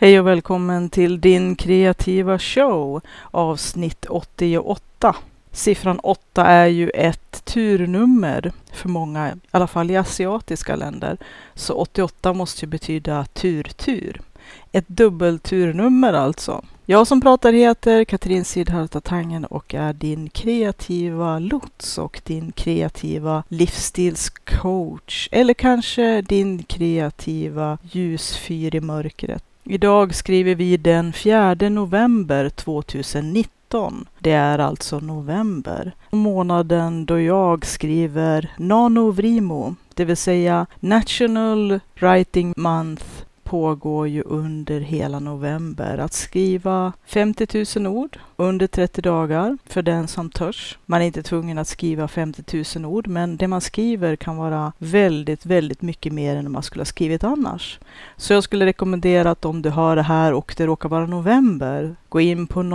Hej och välkommen till din kreativa show, avsnitt 88. Siffran 8 är ju ett turnummer för många, i alla fall i asiatiska länder. Så 88 måste ju betyda tur. Ett dubbelturnummer alltså. Jag som pratar heter Katrin Sidharta Tangen och är din kreativa lots och din kreativa livsstilscoach. Eller kanske din kreativa ljusfyr i mörkret. Idag skriver vi den 4 november 2019. Det är alltså november. Månaden då jag skriver NaNoWriMo, det vill säga National Writing Month, pågår ju under hela november. Att skriva 50 000 ord under 30 dagar för den som törs. Man är inte tvungen att skriva 50 000 ord, men det man skriver kan vara väldigt mycket mer än man skulle ha skrivit annars. Så jag skulle rekommendera att om du hör det här och det råkar vara november, gå in på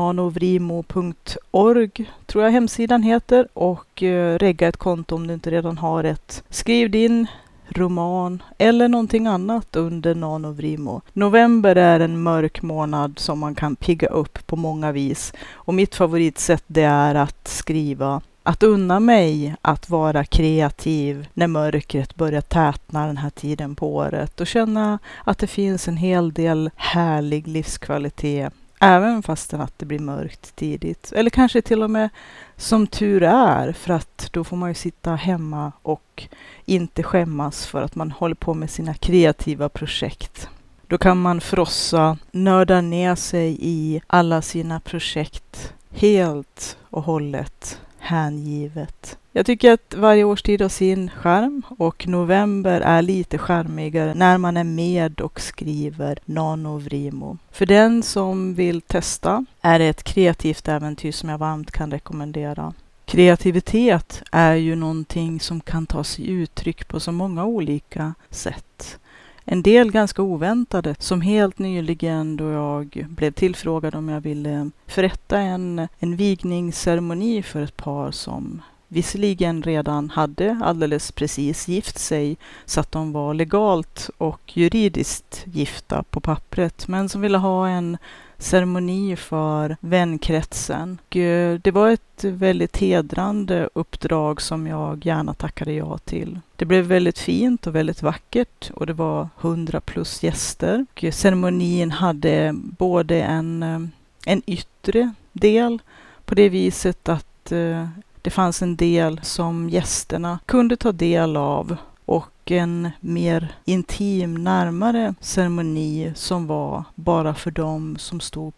nanowrimo.org, tror jag hemsidan heter, och regga ett konto om du inte redan har ett. Skriv din roman eller någonting annat under NaNoWriMo. November är en mörk månad som man kan pigga upp på många vis. Och mitt favoritsätt det är att skriva. Att unna mig att vara kreativ när mörkret börjar tätna den här tiden på året. Och känna att det finns en hel del härlig livskvalitet. Även fastän att det blir mörkt tidigt. Eller kanske till och med som tur är, för att då får man ju sitta hemma och inte skämmas för att man håller på med sina kreativa projekt. Då kan man frossa, nörda ner sig i alla sina projekt helt och hållet hängivet. Jag tycker att varje årstid har sin charm och november är lite charmigare när man är med och skriver NaNoWriMo. För den som vill testa är det ett kreativt äventyr som jag varmt kan rekommendera. Kreativitet är ju någonting som kan ta sig uttryck på så många olika sätt. En del ganska oväntade, som helt nyligen då jag blev tillfrågad om jag ville förrätta en vigningsceremoni för ett par som visserligen redan hade alldeles precis gift sig så att de var legalt och juridiskt gifta på pappret, men som ville ha en ceremoni för vänkretsen. Och det var ett väldigt hedrande uppdrag som jag gärna tackade ja till. Det blev väldigt fint och väldigt vackert och det var 100+ gäster. Och ceremonin hade både en yttre del på det viset att det fanns en del som gästerna kunde ta del av och en mer intim, närmare ceremoni som var bara för dem som stod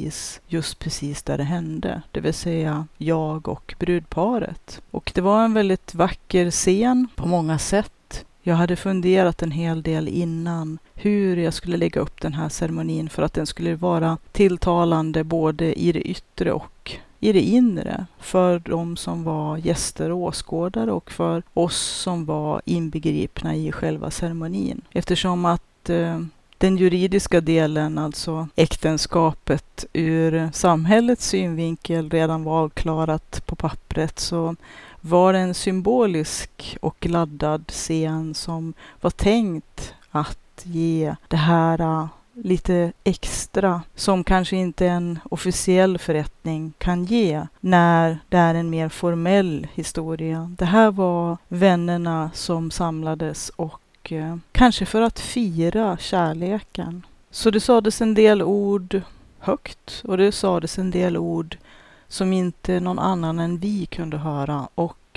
just precis där det hände. Det vill säga jag och brudparet. Och det var en väldigt vacker scen på många sätt. Jag hade funderat en hel del innan hur jag skulle lägga upp den här ceremonin för att den skulle vara tilltalande både i det yttre och i det inre för de som var gäster och åskådare och för oss som var inbegripna i själva ceremonin. Eftersom att den juridiska delen, alltså äktenskapet ur samhällets synvinkel redan var avklarat på pappret, så var det en symbolisk och laddad scen som var tänkt att ge det här lite extra som kanske inte en officiell förrättning kan ge när det är en mer formell historia. Det här var vännerna som samlades och kanske för att fira kärleken. Så det sades en del ord högt och det sades en del ord som inte någon annan än vi kunde höra. Och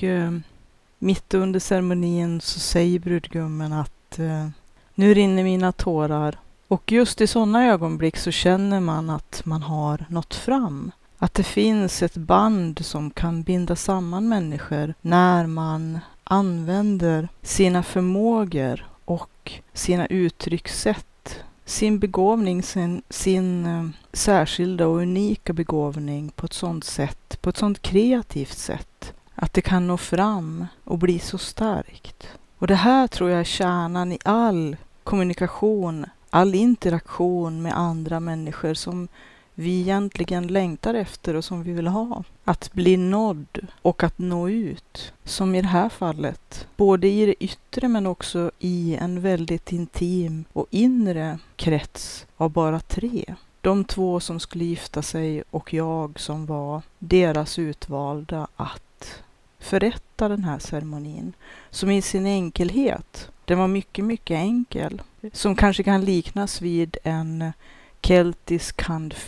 mitt under ceremonin så säger brudgummen att nu rinner mina tårar. Och just i sådana ögonblick så känner man att man har nått fram. Att det finns ett band som kan binda samman människor när man använder sina förmågor och sina uttryckssätt. Sin begåvning, sin särskilda och unika begåvning på ett sådant sätt, på ett sådant kreativt sätt. Att det kan nå fram och bli så starkt. Och det här tror jag är kärnan i all kommunikation, all interaktion med andra människor som vi egentligen längtar efter och som vi vill ha. Att bli nådd och att nå ut. Som i det här fallet. Både i det yttre men också i en väldigt intim och inre krets av bara 3. De 2 som skulle gifta sig och jag som var deras utvalda att förrätta den här ceremonin. Som i sin enkelhet, den var mycket, mycket enkel. Som kanske kan liknas vid en keltisk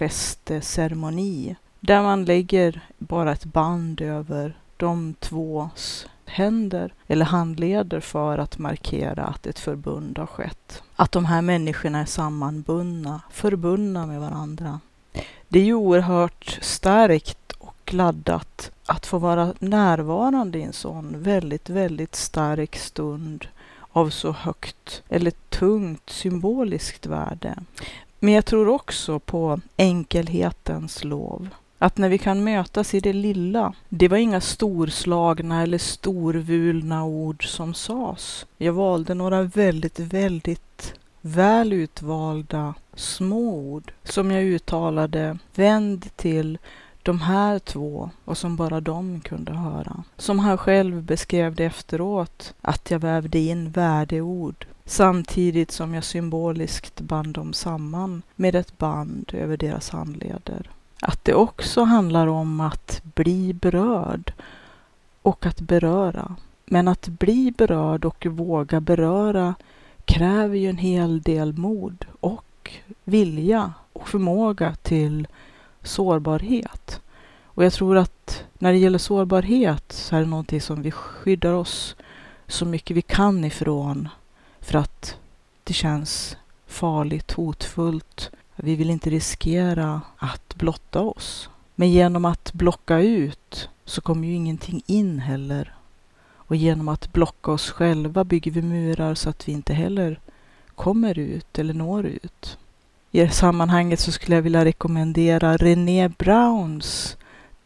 handfästeceremoni. Där man lägger bara ett band över de 2s händer eller handleder för att markera att ett förbund har skett. Att de här människorna är sammanbundna, förbundna med varandra. Det är ju oerhört starkt och laddat att få vara närvarande i en sån väldigt, väldigt stark stund av så högt eller tungt symboliskt värde. Men jag tror också på enkelhetens lov. Att när vi kan mötas i det lilla, det var inga storslagna eller storvulna ord som sades. Jag valde några väldigt, väldigt väl utvalda små ord som jag uttalade vänd till de här 2 och som bara de kunde höra. Som han själv beskrev det efteråt, att jag vävde in värdeord samtidigt som jag symboliskt band dem samman med ett band över deras handleder. Att det också handlar om att bli berörd och att beröra. Men att bli berörd och våga beröra kräver ju en hel del mod och vilja och förmåga till sårbarhet. Och jag tror att när det gäller sårbarhet så är det någonting som vi skyddar oss så mycket vi kan ifrån för att det känns farligt, hotfullt. Vi vill inte riskera att blotta oss. Men genom att blocka ut så kommer ju ingenting in heller. Och genom att blocka oss själva bygger vi murar så att vi inte heller kommer ut eller når ut. I det sammanhanget så skulle jag vilja rekommendera Brené Browns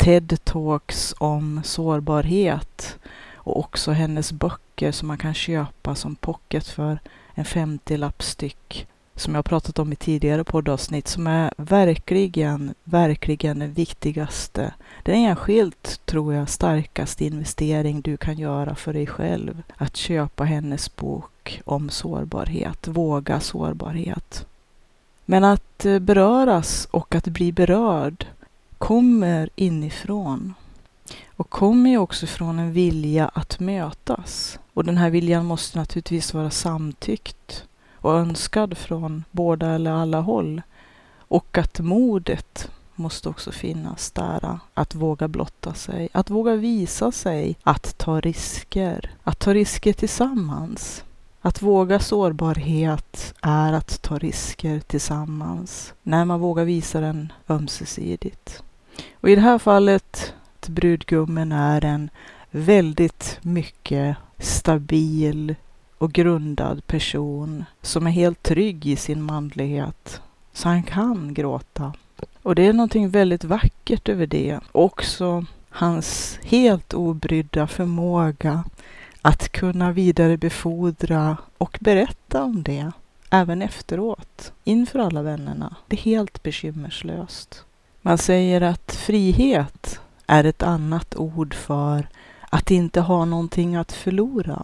TED-talks om sårbarhet och också hennes böcker som man kan köpa som pocket för en 50-lapp styck. Som jag har pratat om i tidigare poddavsnitt som är verkligen den viktigaste. Den enskilt, tror jag, starkaste investering du kan göra för dig själv. Att köpa hennes bok om sårbarhet, våga sårbarhet. Men att beröras och att bli berörd kommer inifrån. Och kommer ju också från en vilja att mötas. Och den här viljan måste naturligtvis vara samtyckt och önskad från båda eller alla håll. Och att modet måste också finnas där. Att våga blotta sig, att våga visa sig, att ta risker. Att ta risker tillsammans. Att våga sårbarhet är att ta risker tillsammans. När man vågar visa den ömsesidigt. Och i det här fallet, brudgummen är en väldigt mycket stabil och grundad person som är helt trygg i sin manlighet. Så han kan gråta. Och det är någonting väldigt vackert över det. Också hans helt obrydda förmåga att kunna vidarebefordra och berätta om det även efteråt, inför alla vännerna. Det är helt bekymmerslöst. Man säger att frihet är ett annat ord för att inte ha någonting att förlora.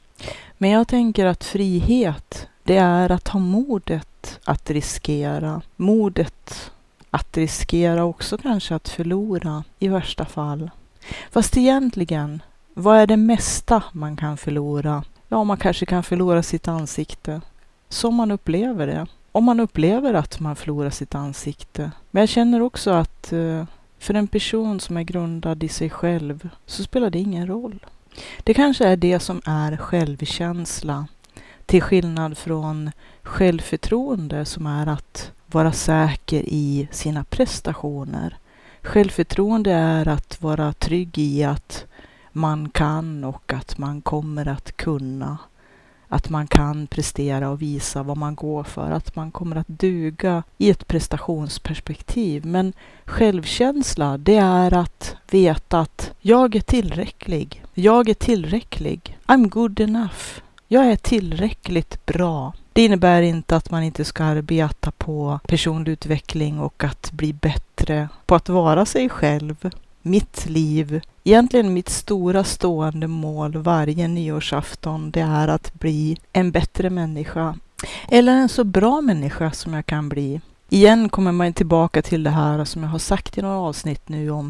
Men jag tänker att frihet, det är att ha modet att riskera. Modet att riskera också kanske att förlora i värsta fall. Fast egentligen, vad är det mesta man kan förlora? Ja, man kanske kan förlora sitt ansikte. Som man upplever det. Om man upplever att man förlorar sitt ansikte. Men jag känner också att för en person som är grundad i sig själv så spelar det ingen roll. Det kanske är det som är självkänsla. Till skillnad från självförtroende som är att vara säker i sina prestationer. Självförtroende är att vara trygg i att man kan och att man kommer att kunna. Att man kan prestera och visa vad man går för. Att man kommer att duga i ett prestationsperspektiv. Men självkänsla, det är att veta att jag är tillräcklig. Jag är tillräcklig. I'm good enough. Jag är tillräckligt bra. Det innebär inte att man inte ska arbeta på personlig utveckling och att bli bättre på att vara sig själv. Mitt liv, egentligen mitt stora stående mål varje nyårsafton, det är att bli en bättre människa. Eller en så bra människa som jag kan bli. Igen kommer man tillbaka till det här som jag har sagt i några avsnitt nu om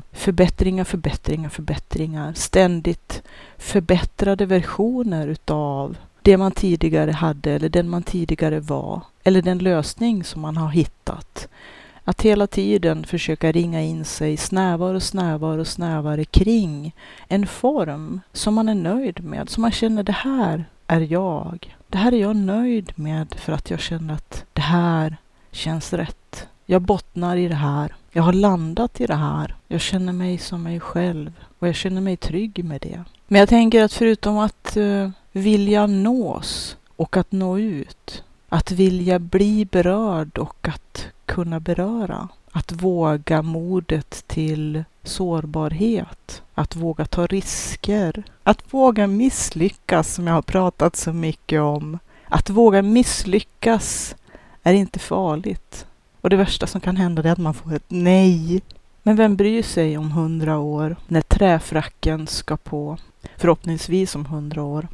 förbättringar. Ständigt förbättrade versioner utav det man tidigare hade eller den man tidigare var. Eller den lösning som man har hittat. Att hela tiden försöka ringa in sig snävare kring en form som man är nöjd med. Som man känner, det här är jag. Det här är jag nöjd med för att jag känner att det här känns rätt. Jag bottnar i det här. Jag har landat i det här. Jag känner mig som mig själv. Och jag känner mig trygg med det. Men jag tänker att förutom att vilja nås och att nå ut. Att vilja bli berörd och att kunna beröra. Att våga modet till sårbarhet. Att våga ta risker. Att våga misslyckas, som jag har pratat så mycket om. Att våga misslyckas är inte farligt. Och det värsta som kan hända är att man får ett nej. Men vem bryr sig om 100 år när träfracken ska på? Förhoppningsvis om 100 år.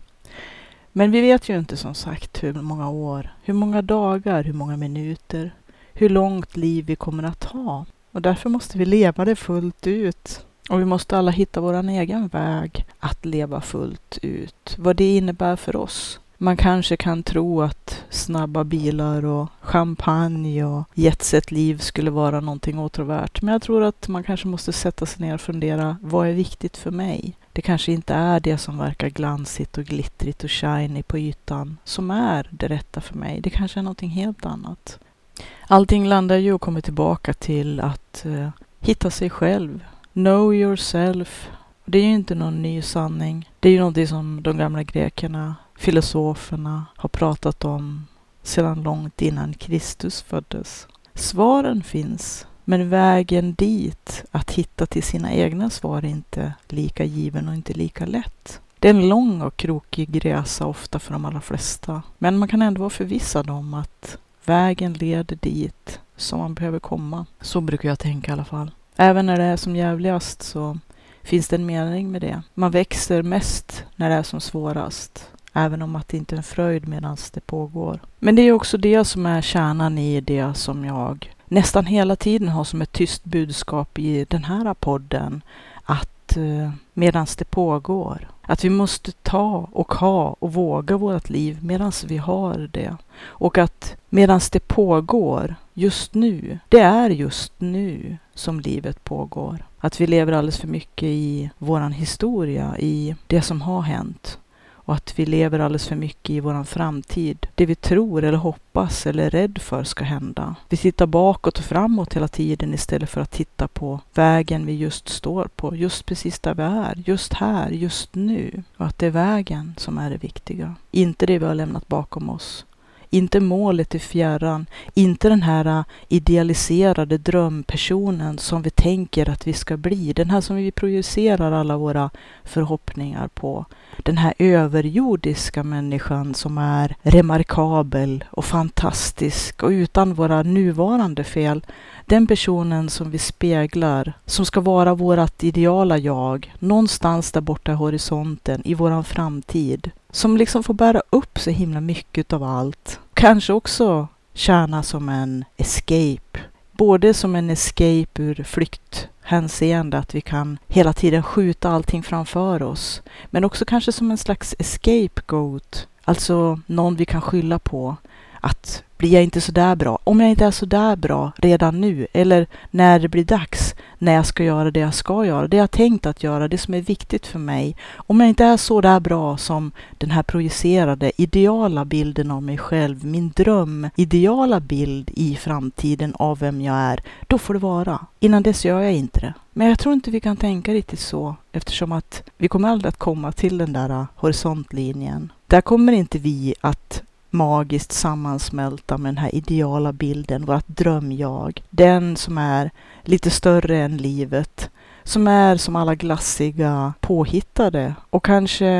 Men vi vet ju inte som sagt hur många år, hur många dagar, hur många minuter, hur långt liv vi kommer att ha. Och därför måste vi leva det fullt ut. Och vi måste alla hitta vår egen väg att leva fullt ut. Vad det innebär för oss. Man kanske kan tro att snabba bilar och champagne och jetset-liv skulle vara någonting åtråvärt. Men jag tror att man kanske måste sätta sig ner och fundera, vad är viktigt för mig? Det kanske inte är det som verkar glansigt och glittrigt och shiny på ytan som är det rätta för mig. Det kanske är någonting helt annat. Allting landar ju och kommer tillbaka till att hitta sig själv. Know yourself. Det är ju inte någon ny sanning. Det är ju någonting som de gamla grekerna, filosoferna har pratat om sedan långt innan Kristus föddes. Svaren finns, men vägen dit, att hitta till sina egna svar, är inte lika given och inte lika lätt. Det är en lång och krokig resa ofta för de allra flesta. Men man kan ändå vara förvissad om att vägen leder dit som man behöver komma. Så brukar jag tänka i alla fall. Även när det är som jävligast så finns det en mening med det. Man växer mest när det är som svårast. Även om att det inte är en fröjd medan det pågår. Men det är också det som är kärnan i det som jag nästan hela tiden har som ett tyst budskap i den här podden. Att medan det pågår. Att vi måste ta och ha och våga vårt liv medan vi har det. Och att medan det pågår just nu, det är just nu som livet pågår. Att vi lever alldeles för mycket i våran historia, i det som har hänt. Och att vi lever alldeles för mycket i våran framtid. Det vi tror eller hoppas eller är rädd för ska hända. Vi tittar bakåt och framåt hela tiden istället för att titta på vägen vi just står på. Just precis där vi är. Just här, just nu. Och att det är vägen som är det viktiga. Inte det vi har lämnat bakom oss. Inte målet i fjärran. Inte den här idealiserade drömpersonen som vi tänker att vi ska bli. Den här som vi projicerar alla våra förhoppningar på. Den här överjordiska människan som är remarkabel och fantastisk och utan våra nuvarande fel. Den personen som vi speglar, som ska vara vårat ideala jag, någonstans där borta i horisonten, i våran framtid. Som liksom får bära upp så himla mycket av allt. Kanske också tjäna som en escape. Både som en escape ur flykthänseende, att vi kan hela tiden skjuta allting framför oss. Men också kanske som en slags scapegoat. Alltså någon vi kan skylla på. Att blir jag inte så där bra? Om jag inte är så där bra redan nu, eller när det blir dags, när jag ska göra det jag ska göra, det jag tänkt att göra, det som är viktigt för mig. Om jag inte är så där bra som den här projicerade ideala bilden av mig själv, min dröm, ideala bild i framtiden av vem jag är, då får det vara. Innan dess gör jag inte det. Men jag tror inte vi kan tänka riktigt så, eftersom att vi kommer aldrig att komma till den där horisontlinjen. Där kommer inte vi att magiskt sammansmälta med den här ideala bilden, vårt drömjag. Den som är lite större än livet. Som är som alla glassiga påhittade och kanske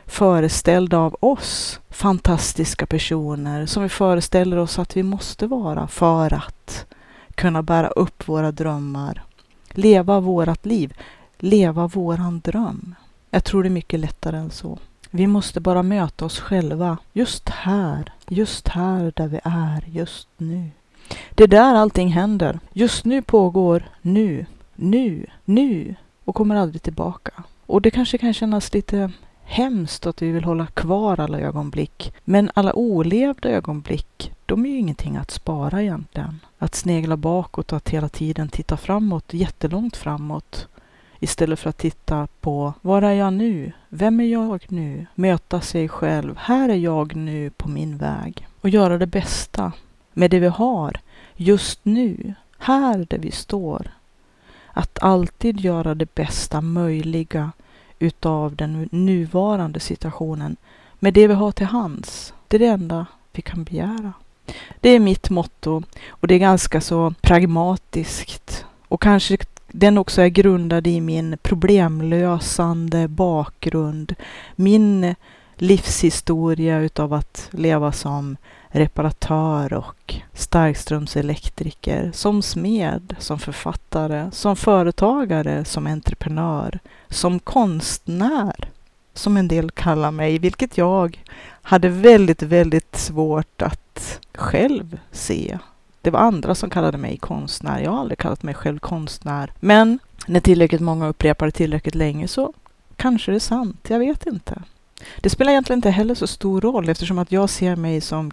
föreställda av oss fantastiska personer som vi föreställer oss att vi måste vara för att kunna bära upp våra drömmar, leva vårat liv, leva våran dröm. Jag tror det är mycket lättare än så. Vi måste bara möta oss själva just här där vi är just nu. Det är där allting händer. Just nu pågår nu och kommer aldrig tillbaka. Och det kanske kan kännas lite hemskt att vi vill hålla kvar alla ögonblick. Men alla olevda ögonblick, de är ju ingenting att spara egentligen. Att snegla bakåt och att hela tiden titta framåt, jättelångt framåt. Istället för att titta på, var är jag nu? Vem är jag nu? Möta sig själv. Här är jag nu på min väg. Och göra det bästa med det vi har just nu. Här där vi står. Att alltid göra det bästa möjliga utav den nuvarande situationen med det vi har till hands. Det är det enda vi kan begära. Det är mitt motto och det är ganska så pragmatiskt och kanske den också är grundad i min problemlösande bakgrund, min livshistoria utav att leva som reparatör och starkströmselektriker, som smed, som författare, som företagare, som entreprenör, som konstnär, som en del kallar mig, vilket jag hade väldigt, väldigt svårt att själv se. Det var andra som kallade mig konstnär. Jag har aldrig kallat mig själv konstnär. Men när tillräckligt många upprepar det tillräckligt länge så kanske det är sant. Jag vet inte. Det spelar egentligen inte heller så stor roll eftersom att jag ser mig som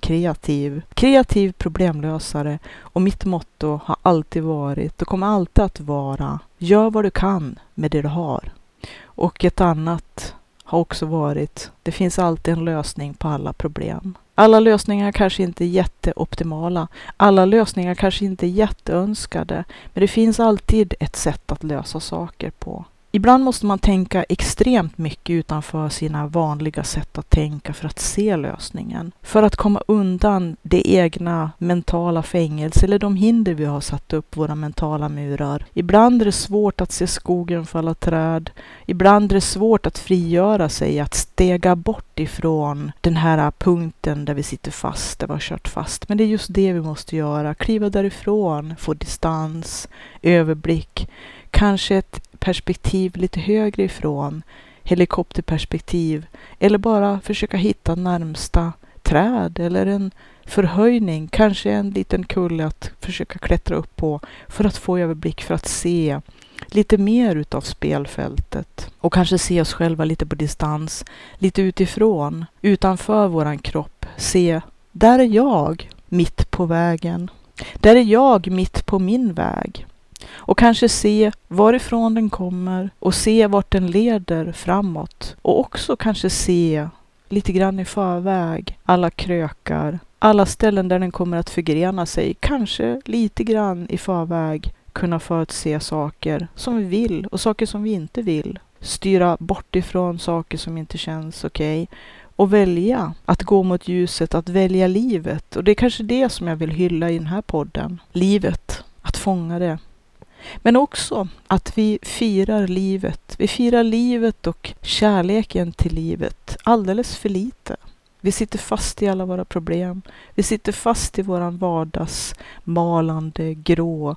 kreativ problemlösare och mitt motto har alltid varit och kommer alltid att vara: gör vad du kan med det du har. Och ett annat har också varit: det finns alltid en lösning på alla problem. Alla lösningar kanske inte är jätteoptimala. Alla lösningar kanske inte är jätteönskade. Men det finns alltid ett sätt att lösa saker på. Ibland måste man tänka extremt mycket utanför sina vanliga sätt att tänka för att se lösningen. För att komma undan det egna mentala fängelse eller de hinder vi har satt upp, våra mentala murar. Ibland är det svårt att se skogen för alla träd. Ibland är det svårt att frigöra sig, att stega bort ifrån den här punkten där vi sitter fast, där vi har kört fast. Men det är just det vi måste göra. Kliva därifrån, få distans, överblick, kanske ett perspektiv lite högre ifrån, helikopterperspektiv, eller bara försöka hitta närmsta träd eller en förhöjning, kanske en liten kulle att försöka klättra upp på för att få överblick, för att se lite mer utav spelfältet och kanske se oss själva lite på distans, lite utifrån, utanför våran kropp, se, där är jag mitt på vägen, där är jag mitt på min väg. Och kanske se varifrån den kommer och se vart den leder framåt. Och också kanske se lite grann i förväg alla krökar, alla ställen där den kommer att förgrena sig. Kanske lite grann i förväg kunna förutse saker som vi vill och saker som vi inte vill. Styra bort ifrån saker som inte känns okej. Och välja att gå mot ljuset, att välja livet. Och det är kanske det som jag vill hylla i den här podden. Livet, att fånga det. Men också att vi firar livet. Vi firar livet och kärleken till livet alldeles för lite. Vi sitter fast i alla våra problem. Vi sitter fast i våran vardags malande, grå,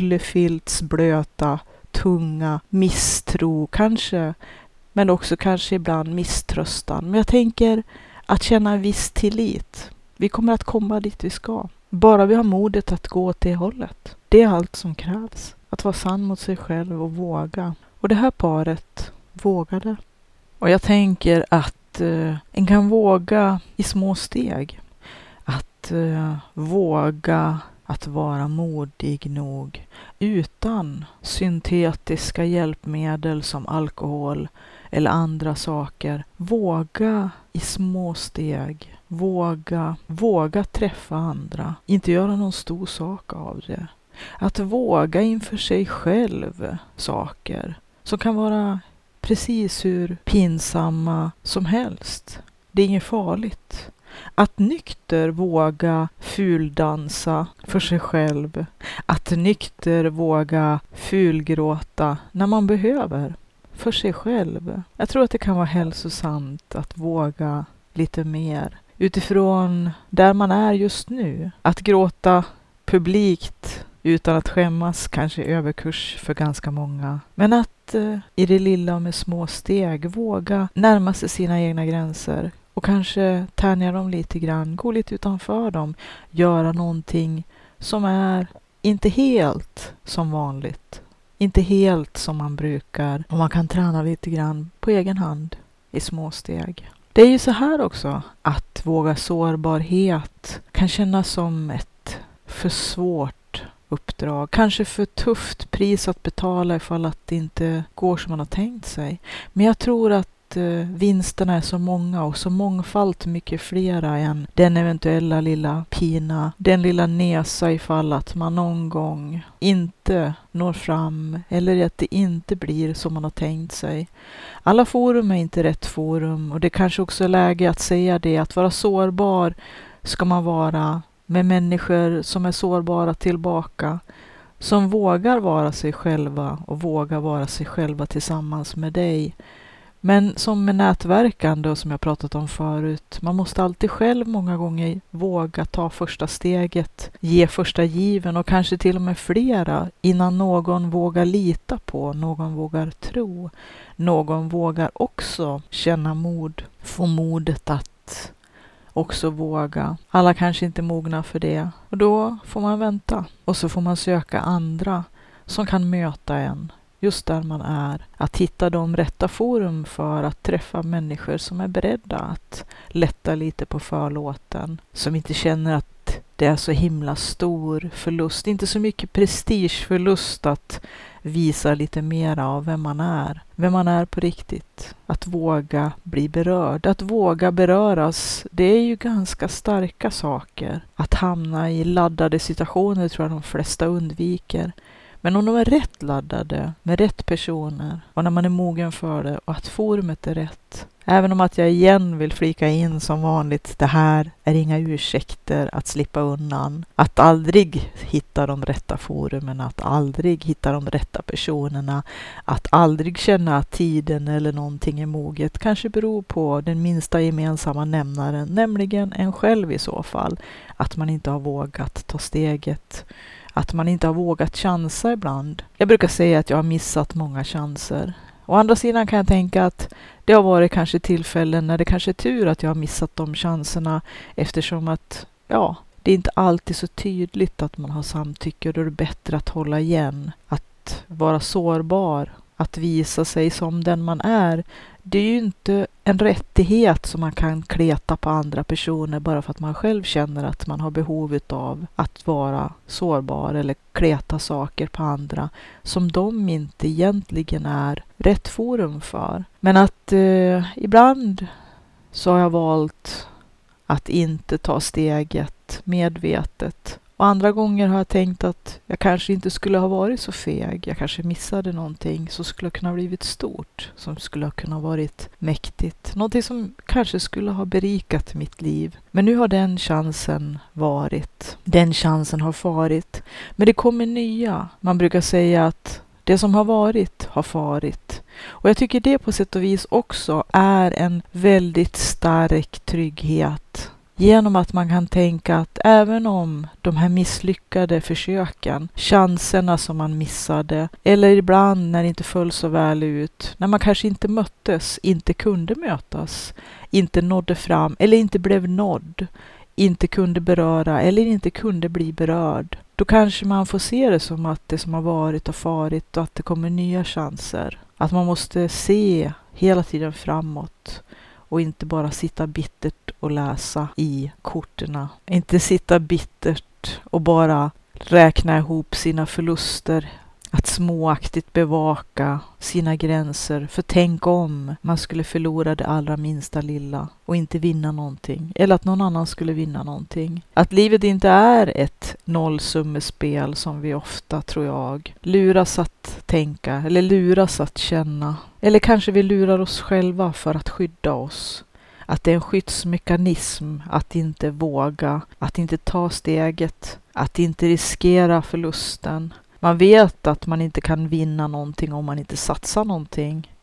yllefiltsblöta, tunga, misstro kanske. Men också kanske ibland misströstan. Men jag tänker att känna en viss tillit. Vi kommer att komma dit vi ska. Bara vi har modet att gå åt det hållet. Det är allt som krävs. Att vara sann mot sig själv och våga. Och det här paret vågade. Och jag tänker att en kan våga i små steg. Att våga att vara modig nog. Utan syntetiska hjälpmedel som alkohol eller andra saker. Våga i små steg. Våga träffa andra. Inte göra någon stor sak av det. Att våga inför sig själv saker som kan vara precis hur pinsamma som helst. Det är inget farligt. Att nykter våga fuldansa för sig själv. Att nykter våga fulgråta när man behöver. för sig själv. Jag tror att det kan vara hälsosamt att våga lite mer utifrån där man är just nu. Att gråta publikt utan att skämmas kanske är överkurs för ganska många. Men att i det lilla och med små steg våga närma sig sina egna gränser och kanske tänja dem lite grann, gå lite utanför dem, göra någonting som är inte helt som vanligt. Inte helt som man brukar. Och man kan träna lite grann på egen hand i små steg. Det är ju så här också att våga sårbarhet kan kännas som ett för svårt uppdrag. Kanske för tufft pris att betala ifall att det inte går som man har tänkt sig. Men jag tror att vinsterna är så många och så mångfalt mycket flera än den eventuella lilla pina, den lilla nesa ifall att man någon gång inte når fram eller att det inte blir som man har tänkt sig. Alla forum är inte rätt forum och det kanske också är läge att säga det, att vara sårbar ska man vara med människor som är sårbara tillbaka, som vågar vara sig själva och vågar vara sig själva tillsammans med dig. Men som med nätverkande och som jag pratat om förut, man måste alltid själv många gånger våga ta första steget, ge första given och kanske till och med flera innan någon vågar lita på, någon vågar tro, någon vågar också känna mod, få modet att också våga. Alla kanske inte är mogna för det och då får man vänta och så får man söka andra som kan möta en just där man är, att hitta de rätta forum för att träffa människor som är beredda att lätta lite på förlåten, som inte känner att det är så himla stor förlust, inte så mycket prestigeförlust att visa lite mer av vem man är på riktigt. Att våga bli berörd, att våga beröras, det är ju ganska starka saker. Att hamna i laddade situationer tror jag de flesta undviker. Men om de är rätt laddade, med rätt personer och när man är mogen för det och att forumet är rätt. Även om att jag igen vill flika in som vanligt, det här är inga ursäkter att slippa undan. Att aldrig hitta de rätta forumen, att aldrig hitta de rätta personerna, att aldrig känna att tiden eller någonting är moget kanske beror på den minsta gemensamma nämnaren, nämligen en själv i så fall. Att man inte har vågat ta steget. Att man inte har vågat chansa ibland. Jag brukar säga att jag har missat många chanser. Å andra sidan kan jag tänka att det har varit kanske tillfällen när det kanske är tur att jag har missat de chanserna eftersom att, det är inte alltid så tydligt att man har samtycke och då är det bättre att hålla igen. Att vara sårbar, att visa sig som den man är. Det är ju inte en rättighet som man kan kleta på andra personer bara för att man själv känner att man har behovet av att vara sårbar eller kleta saker på andra som de inte egentligen är rätt forum för. Men att ibland så har jag valt att inte ta steget medvetet. Och andra gånger har jag tänkt att jag kanske inte skulle ha varit så feg. Jag kanske missade någonting som skulle kunna ha blivit stort. Som skulle ha kunnat varit mäktigt. Någonting som kanske skulle ha berikat mitt liv. Men nu har den chansen varit. Den chansen har farit. Men det kommer nya. Man brukar säga att det som har varit har farit. Och jag tycker det på sätt och vis också är en väldigt stark trygghet. Genom att man kan tänka att även om de här misslyckade försöken, chanserna som man missade, eller ibland när det inte föll så väl ut, när man kanske inte möttes, inte kunde mötas, inte nådde fram eller inte blev nådd, inte kunde beröra eller inte kunde bli berörd. Då kanske man får se det som att det som har varit har farit och att det kommer nya chanser. Att man måste se hela tiden framåt. Och inte bara sitta bittert och läsa i korterna. Inte sitta bittert och bara räkna ihop sina förluster. Att småaktigt bevaka sina gränser. För tänk om man skulle förlora det allra minsta lilla och inte vinna någonting. Eller att någon annan skulle vinna någonting. Att livet inte är ett nollsummespel som vi ofta, tror jag, luras att tänka eller luras att känna. Eller kanske vi lurar oss själva för att skydda oss. Att det är en skyddsmekanism att inte våga, att inte ta steget, att inte riskera förlusten. Man vet att man inte kan vinna någonting om man inte satsar någonting.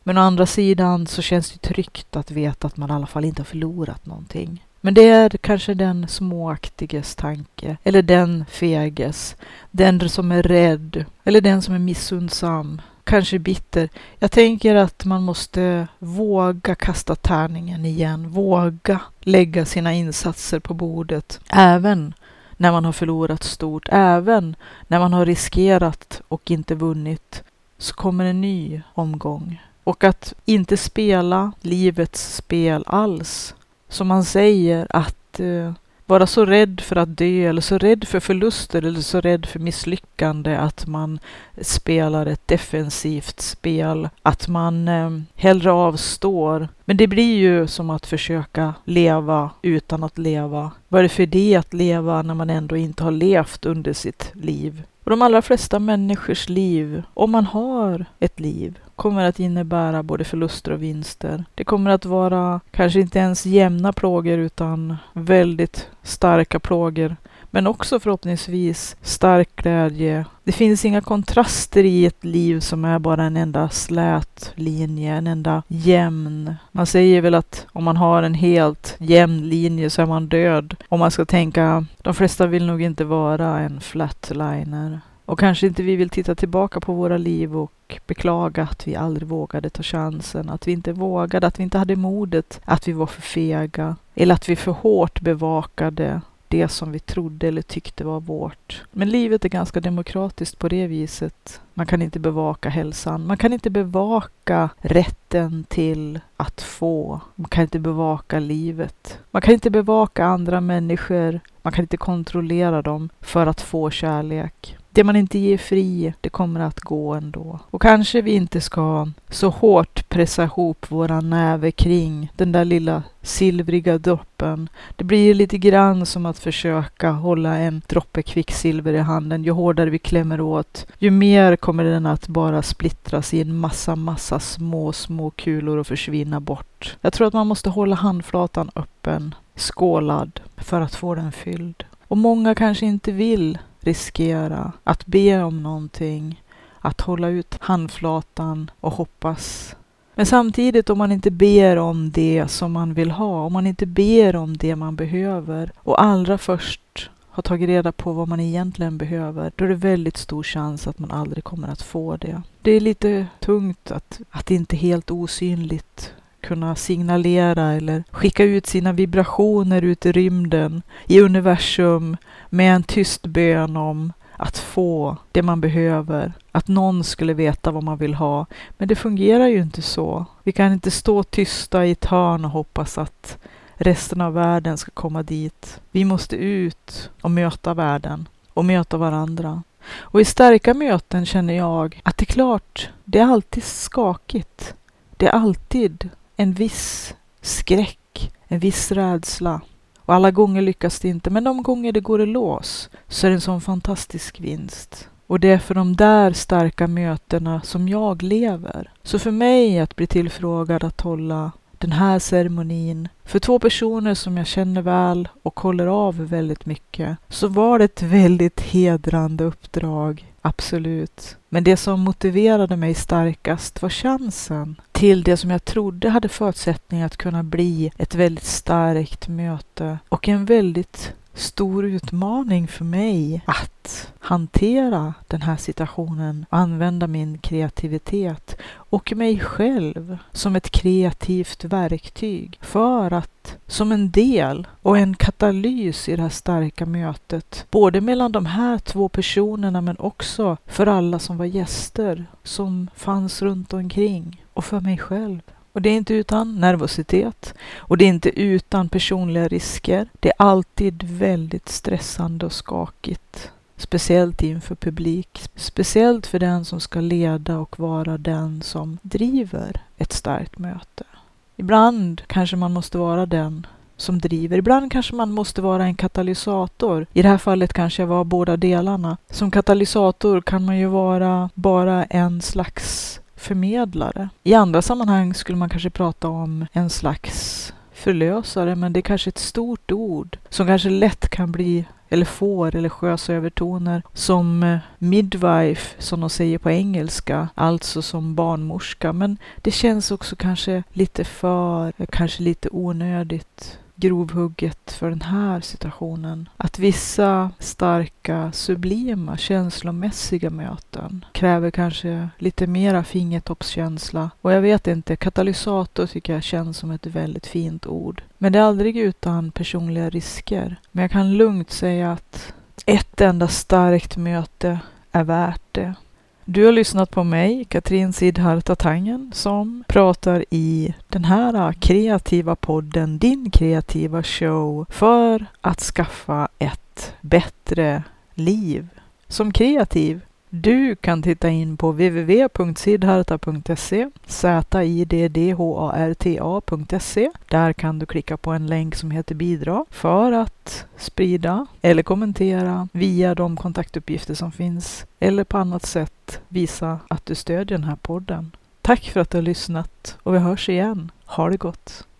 Men å andra sidan så känns det tryggt att veta att man i alla fall inte har förlorat någonting. Men det är kanske den småaktiges tanke, eller den feges, den som är rädd, eller den som är missundsam, kanske bitter. Jag tänker att man måste våga kasta tärningen igen, våga lägga sina insatser på bordet, även när man har förlorat stort, även när man har riskerat och inte vunnit, så kommer en ny omgång. Och att inte spela livets spel alls. Som man säger, att vara så rädd för att dö, eller så rädd för förluster, eller så rädd för misslyckande att man spelar ett defensivt spel, att man hellre avstår. Men det blir ju som att försöka leva utan att leva. Vad är det för det att leva när man ändå inte har levt under sitt liv? Och de allra flesta människors liv, om man har ett liv, kommer att innebära både förluster och vinster. Det kommer att vara kanske inte ens jämna plågor utan väldigt starka plågor. Men också förhoppningsvis stark glädje. Det finns inga kontraster i ett liv som är bara en enda slät linje, en enda jämn. Man säger väl att om man har en helt jämn linje så är man död. Om man ska tänka, de flesta vill nog inte vara en flatliner. Och kanske inte vi vill titta tillbaka på våra liv och beklaga att vi aldrig vågade ta chansen. Att vi inte vågade, att vi inte hade modet, att vi var för fega. Eller att vi för hårt bevakade det som vi trodde eller tyckte var vårt. Men livet är ganska demokratiskt på det viset. Man kan inte bevaka hälsan. Man kan inte bevaka rätten till att få. Man kan inte bevaka livet. Man kan inte bevaka andra människor. Man kan inte kontrollera dem för att få kärlek. Det man inte ger fri, det kommer att gå ändå. Och kanske vi inte ska så hårt pressa ihop våra näve kring den där lilla silvriga droppen. Det blir lite grann som att försöka hålla en droppe kvicksilver i handen. Ju hårdare vi klämmer åt, ju mer kommer den att bara splittras i en massa små kulor och försvinna bort. Jag tror att man måste hålla handflatan öppen, skålad, för att få den fylld. Och många kanske inte vill riskera att be om någonting, att hålla ut handflatan och hoppas. Men samtidigt, om man inte ber om det som man vill ha, om man inte ber om det man behöver och allra först har tagit reda på vad man egentligen behöver, då är det väldigt stor chans att man aldrig kommer att få det. Det är lite tungt att inte helt osynligt kunna signalera eller skicka ut sina vibrationer ut i rymden, i universum, med en tyst bön om att få det man behöver. Att någon skulle veta vad man vill ha. Men det fungerar ju inte så. Vi kan inte stå tysta i ett hörn och hoppas att resten av världen ska komma dit. Vi måste ut och möta världen och möta varandra. Och i starka möten känner jag att det är klart, det är alltid skakigt. Det är alltid en viss skräck, en viss rädsla. Och alla gånger lyckas det inte, men de gånger det går i lås så är det en sån fantastisk vinst. Och det är för de där starka mötena som jag lever. Så för mig att bli tillfrågad att hålla den här ceremonin för 2 personer som jag känner väl och håller av väldigt mycket, så var det ett väldigt hedrande uppdrag. Absolut. Men det som motiverade mig starkast var chansen till det som jag trodde hade förutsättningar att kunna bli ett väldigt starkt möte och en väldigt stor utmaning för mig att hantera den här situationen och använda min kreativitet och mig själv som ett kreativt verktyg för att som en del och en katalys i det här starka mötet, både mellan de här 2 personerna men också för alla som var gäster som fanns runt omkring och för mig själv. Och det är inte utan nervositet och det är inte utan personliga risker. Det är alltid väldigt stressande och skakigt. Speciellt inför publik. Speciellt för den som ska leda och vara den som driver ett starkt möte. Ibland kanske man måste vara den som driver. Ibland kanske man måste vara en katalysator. I det här fallet kanske jag var båda delarna. Som katalysator kan man ju vara bara en slags förmedlare. I andra sammanhang skulle man kanske prata om en slags förlösare, men det är kanske ett stort ord som kanske lätt kan bli eller får religiösa övertoner som midwife, som de säger på engelska, alltså som barnmorska. Men det känns också kanske lite onödigt grovhugget för den här situationen. Att vissa starka, sublima, känslomässiga möten kräver kanske lite mera fingertoppskänsla. Och jag vet inte, katalysator tycker jag känns som ett väldigt fint ord. Men det är aldrig utan personliga risker. Men jag kan lugnt säga att ett enda starkt möte är värt det. Du har lyssnat på mig, Katrin Sidharta Tangen, som pratar i den här kreativa podden, din kreativa show, för att skaffa ett bättre liv. Som kreativ, du kan titta in på www.sidharta.se, ziddharta.se. Där kan du klicka på en länk som heter bidra för att sprida eller kommentera via de kontaktuppgifter som finns eller på annat sätt visa att du stödjer den här podden. Tack för att du har lyssnat och vi hörs igen. Ha det gott!